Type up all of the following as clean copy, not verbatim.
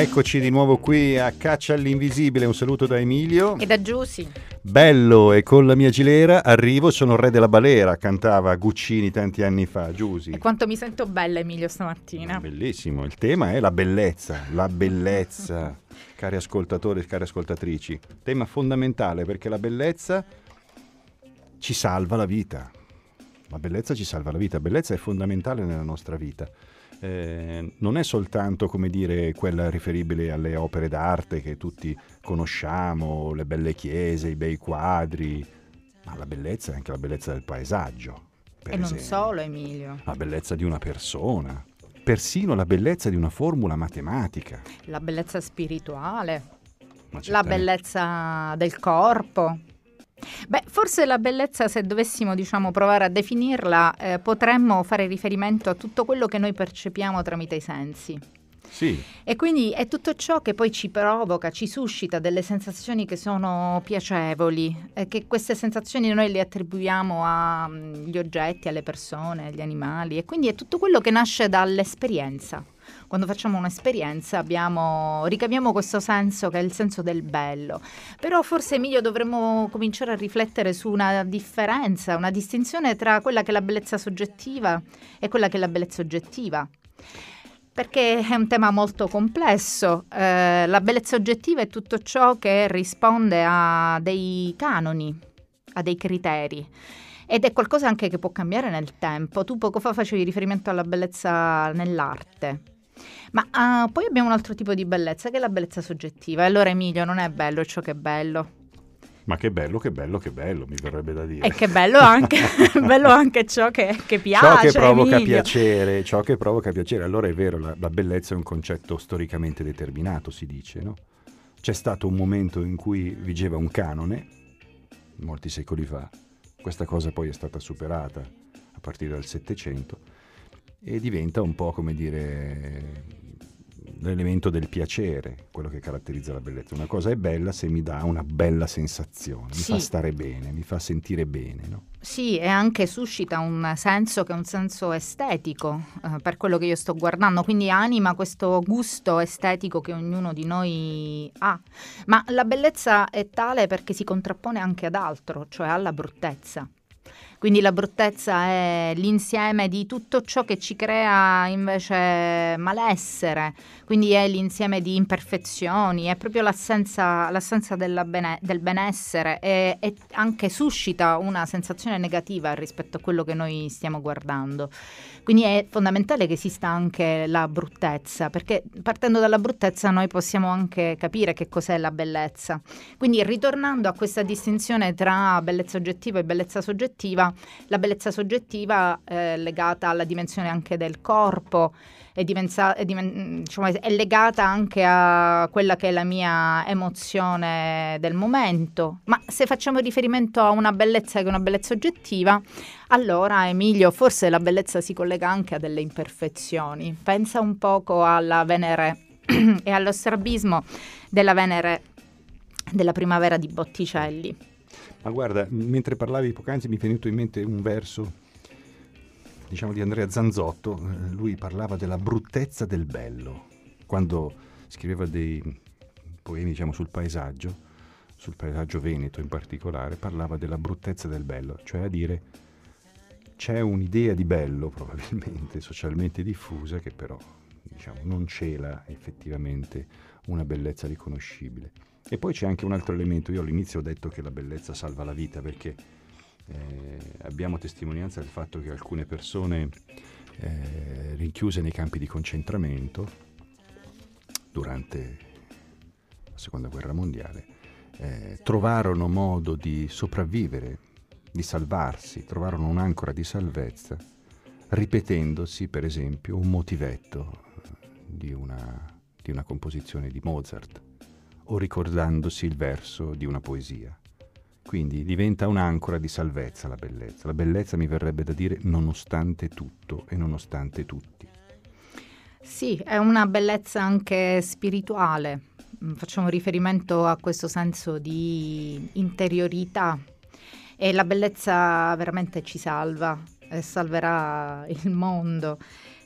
Eccoci di nuovo qui a Caccia all'Invisibile, un saluto da Emilio. E da Giusy. Bello, e con la mia gilera arrivo, sono il re della balera, cantava Guccini tanti anni fa, Giusy. E quanto mi sento bella, Emilio, stamattina. Bellissimo, il tema è la bellezza, cari ascoltatori e cari ascoltatrici. Tema fondamentale perché la bellezza ci salva la vita. La bellezza ci salva la vita, la bellezza è fondamentale nella nostra vita. Non è soltanto, come dire, quella riferibile alle opere d'arte che tutti conosciamo, le belle chiese, i bei quadri, ma la bellezza è anche la bellezza del paesaggio. E non solo, Emilio. La bellezza di una persona, persino la bellezza di una formula matematica. La bellezza spirituale, la bellezza del corpo. Beh, forse la bellezza, se dovessimo, provare a definirla, potremmo fare riferimento a tutto quello che noi percepiamo tramite i sensi. Sì. E quindi è tutto ciò che poi ci provoca, ci suscita delle sensazioni che sono piacevoli, e che queste sensazioni noi le attribuiamo agli oggetti, alle persone, agli animali, e quindi è tutto quello che nasce dall'esperienza. Quando facciamo un'esperienza ricaviamo questo senso che è il senso del bello. Però forse, Emilio, dovremmo cominciare a riflettere su una differenza, una distinzione tra quella che è la bellezza soggettiva e quella che è la bellezza oggettiva. Perché è un tema molto complesso. La bellezza oggettiva è tutto ciò che risponde a dei canoni, a dei criteri. Ed è qualcosa anche che può cambiare nel tempo. Tu poco fa facevi riferimento alla bellezza nell'arte. Ma poi abbiamo un altro tipo di bellezza, che è la bellezza soggettiva. E allora, Emilio, non è bello ciò che è bello. Ma che bello, mi verrebbe da dire. E che bello anche, bello anche ciò che piace, ciò che provoca Emilio. piacere, ciò che provoca piacere. Allora è vero, la bellezza è un concetto storicamente determinato, si dice, no? C'è stato un momento in cui vigeva un canone, molti secoli fa. Questa cosa poi è stata superata a partire dal Settecento e diventa un po', come dire, l'elemento del piacere, quello che caratterizza la bellezza. Una cosa è bella se mi dà una bella sensazione, mi fa stare bene, mi fa sentire bene, no? Sì, e anche suscita un senso che è un senso estetico per quello che io sto guardando, quindi anima questo gusto estetico che ognuno di noi ha. Ma la bellezza è tale perché si contrappone anche ad altro, cioè alla bruttezza. Quindi la bruttezza è l'insieme di tutto ciò che ci crea invece malessere, quindi è l'insieme di imperfezioni, è proprio l'assenza del benessere e anche suscita una sensazione negativa rispetto a quello che noi stiamo guardando. Quindi è fondamentale che esista anche la bruttezza, perché partendo dalla bruttezza noi possiamo anche capire che cos'è la bellezza. Quindi ritornando a questa distinzione tra bellezza oggettiva e bellezza soggettiva, la bellezza soggettiva è legata alla dimensione anche del corpo, è legata anche a quella che è la mia emozione del momento. Ma se facciamo riferimento a una bellezza che è una bellezza oggettiva, allora, Emilio, forse la bellezza si collega anche a delle imperfezioni. Pensa un poco alla Venere e allo strabismo della Venere della primavera di Botticelli. Ma guarda, mentre parlavi poc'anzi mi è venuto in mente un verso, di Andrea Zanzotto. Lui parlava della bruttezza del bello. Quando scriveva dei poemi, sul paesaggio veneto in particolare, parlava della bruttezza del bello, cioè a dire c'è un'idea di bello probabilmente socialmente diffusa che però non cela effettivamente una bellezza riconoscibile. E poi c'è anche un altro elemento. Io all'inizio ho detto che la bellezza salva la vita perché abbiamo testimonianza del fatto che alcune persone rinchiuse nei campi di concentramento durante la Seconda Guerra Mondiale trovarono modo di sopravvivere, di salvarsi, trovarono un'ancora di salvezza ripetendosi per esempio un motivetto di una composizione di Mozart o ricordandosi il verso di una poesia. Quindi diventa un'ancora di salvezza la bellezza. La bellezza mi verrebbe da dire nonostante tutto e nonostante tutti. Sì, è una bellezza anche spirituale. Facciamo riferimento a questo senso di interiorità e la bellezza veramente ci salva e salverà il mondo.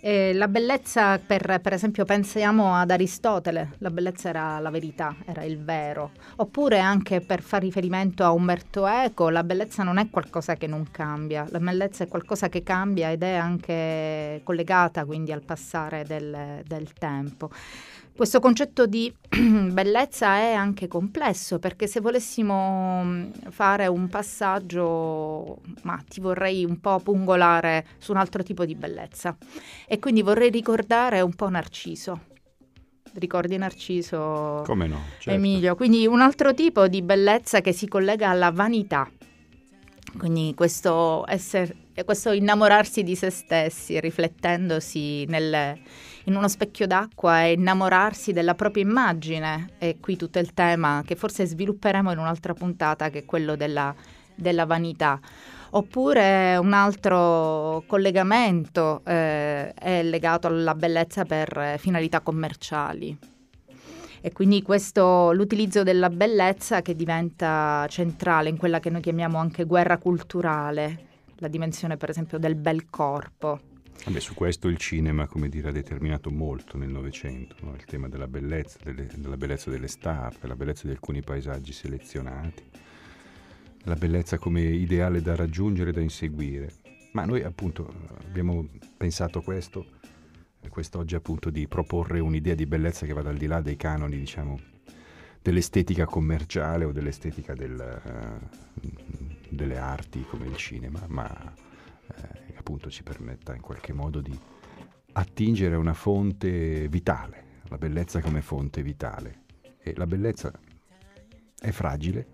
La bellezza, per esempio, pensiamo ad Aristotele, la bellezza era la verità, era il vero. Oppure anche per fare riferimento a Umberto Eco, la bellezza non è qualcosa che non cambia, la bellezza è qualcosa che cambia ed è anche collegata quindi al passare del tempo. Questo concetto di bellezza è anche complesso, perché se volessimo fare un passaggio, ma ti vorrei un po' pungolare su un altro tipo di bellezza, e quindi vorrei ricordare un po' Narciso. Ricordi Narciso? Come no? Certo. Emilio, quindi un altro tipo di bellezza che si collega alla vanità. Quindi questo innamorarsi di se stessi, riflettendosi in uno specchio d'acqua e innamorarsi della propria immagine. E qui tutto il tema che forse svilupperemo in un'altra puntata, che è quello della vanità. Oppure un altro collegamento è legato alla bellezza per finalità commerciali. E quindi l'utilizzo della bellezza che diventa centrale in quella che noi chiamiamo anche guerra culturale, la dimensione per esempio del bel corpo. Vabbè, su questo il cinema, come dire, ha determinato molto nel Novecento, no? Il tema della bellezza, della bellezza delle star, della bellezza di alcuni paesaggi selezionati, la bellezza come ideale da raggiungere, da inseguire. Ma noi appunto abbiamo pensato quest'oggi appunto di proporre un'idea di bellezza che vada al di là dei canoni, diciamo, dell'estetica commerciale o dell'estetica delle arti come il cinema, ma appunto ci permetta in qualche modo di attingere a una fonte vitale, la bellezza come fonte vitale. E la bellezza è fragile,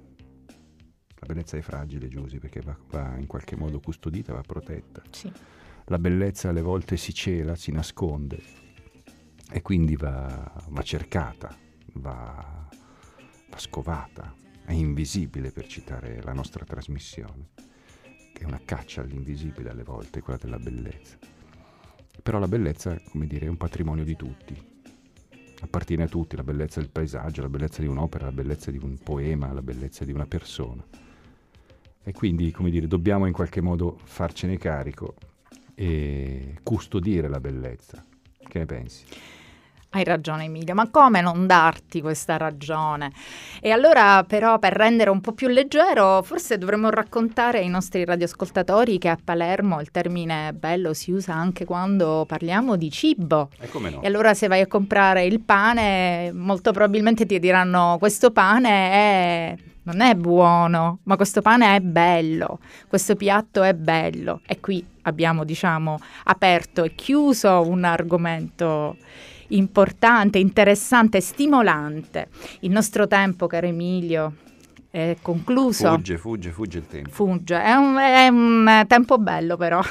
Giusy, perché va in qualche modo custodita, va protetta. Sì. La bellezza alle volte si cela, si nasconde e quindi va cercata, va scovata, è invisibile, per citare la nostra trasmissione, che è una caccia all'invisibile alle volte, quella della bellezza. Però la bellezza, come dire, è un patrimonio di tutti, appartiene a tutti, la bellezza del paesaggio, la bellezza di un'opera, la bellezza di un poema, la bellezza di una persona. E quindi, come dire, dobbiamo in qualche modo farcene carico e custodire la bellezza. Che ne pensi? Hai ragione Emilio, ma come non darti questa ragione? E allora però, per rendere un po' più leggero, forse dovremmo raccontare ai nostri radioascoltatori che a Palermo il termine bello si usa anche quando parliamo di cibo. E come no? E allora se vai a comprare il pane, molto probabilmente ti diranno: questo pane non è buono, ma questo pane è bello, questo piatto è bello. E qui abbiamo, diciamo, aperto e chiuso un argomento importante, interessante, stimolante. Il nostro tempo, caro Emilio, è concluso. Fugge il tempo. Fugge, è un tempo bello però.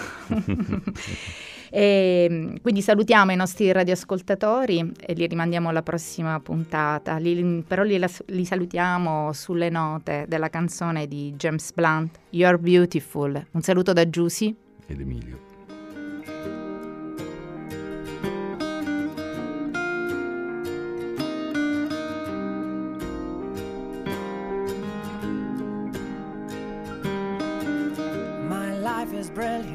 E quindi salutiamo i nostri radioascoltatori e li rimandiamo alla prossima puntata. Però li salutiamo sulle note della canzone di James Blunt, You're Beautiful. Un saluto da Giusy ed Emilio. My life is brilliant.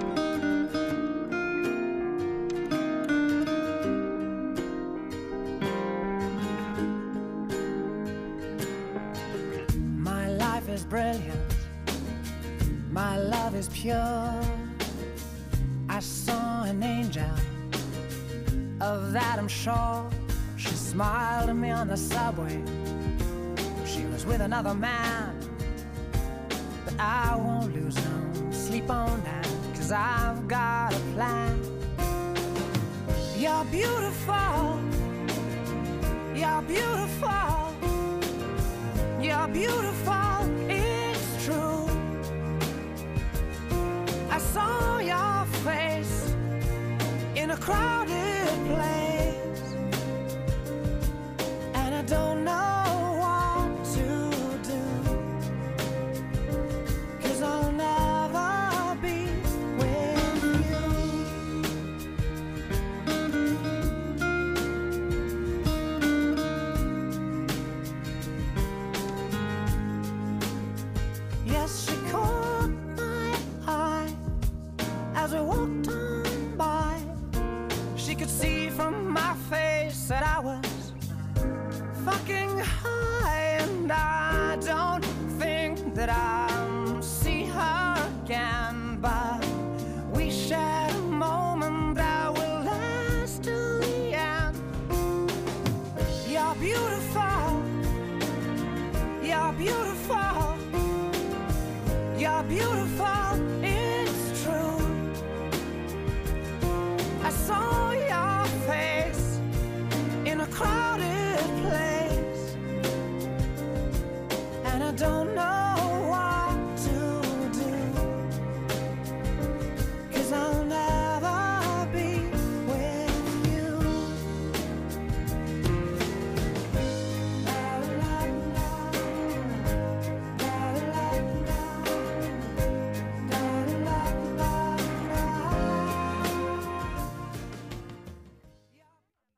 Brilliant, my love is pure. I saw an angel, of that I'm sure. She smiled at me on the subway. She was with another man, but I won't lose no sleep on that, 'cause I've got a plan. You're beautiful, you're beautiful, you're beautiful. True, I saw your face in a crowded place, and I don't know what to do, 'cause I'll never be with you. Yes, she caught my eye as we walked on by. fucking high, and I don't think that I'll see her again, but we shared a moment that will last till the end. You're beautiful, you're beautiful, you're beautiful.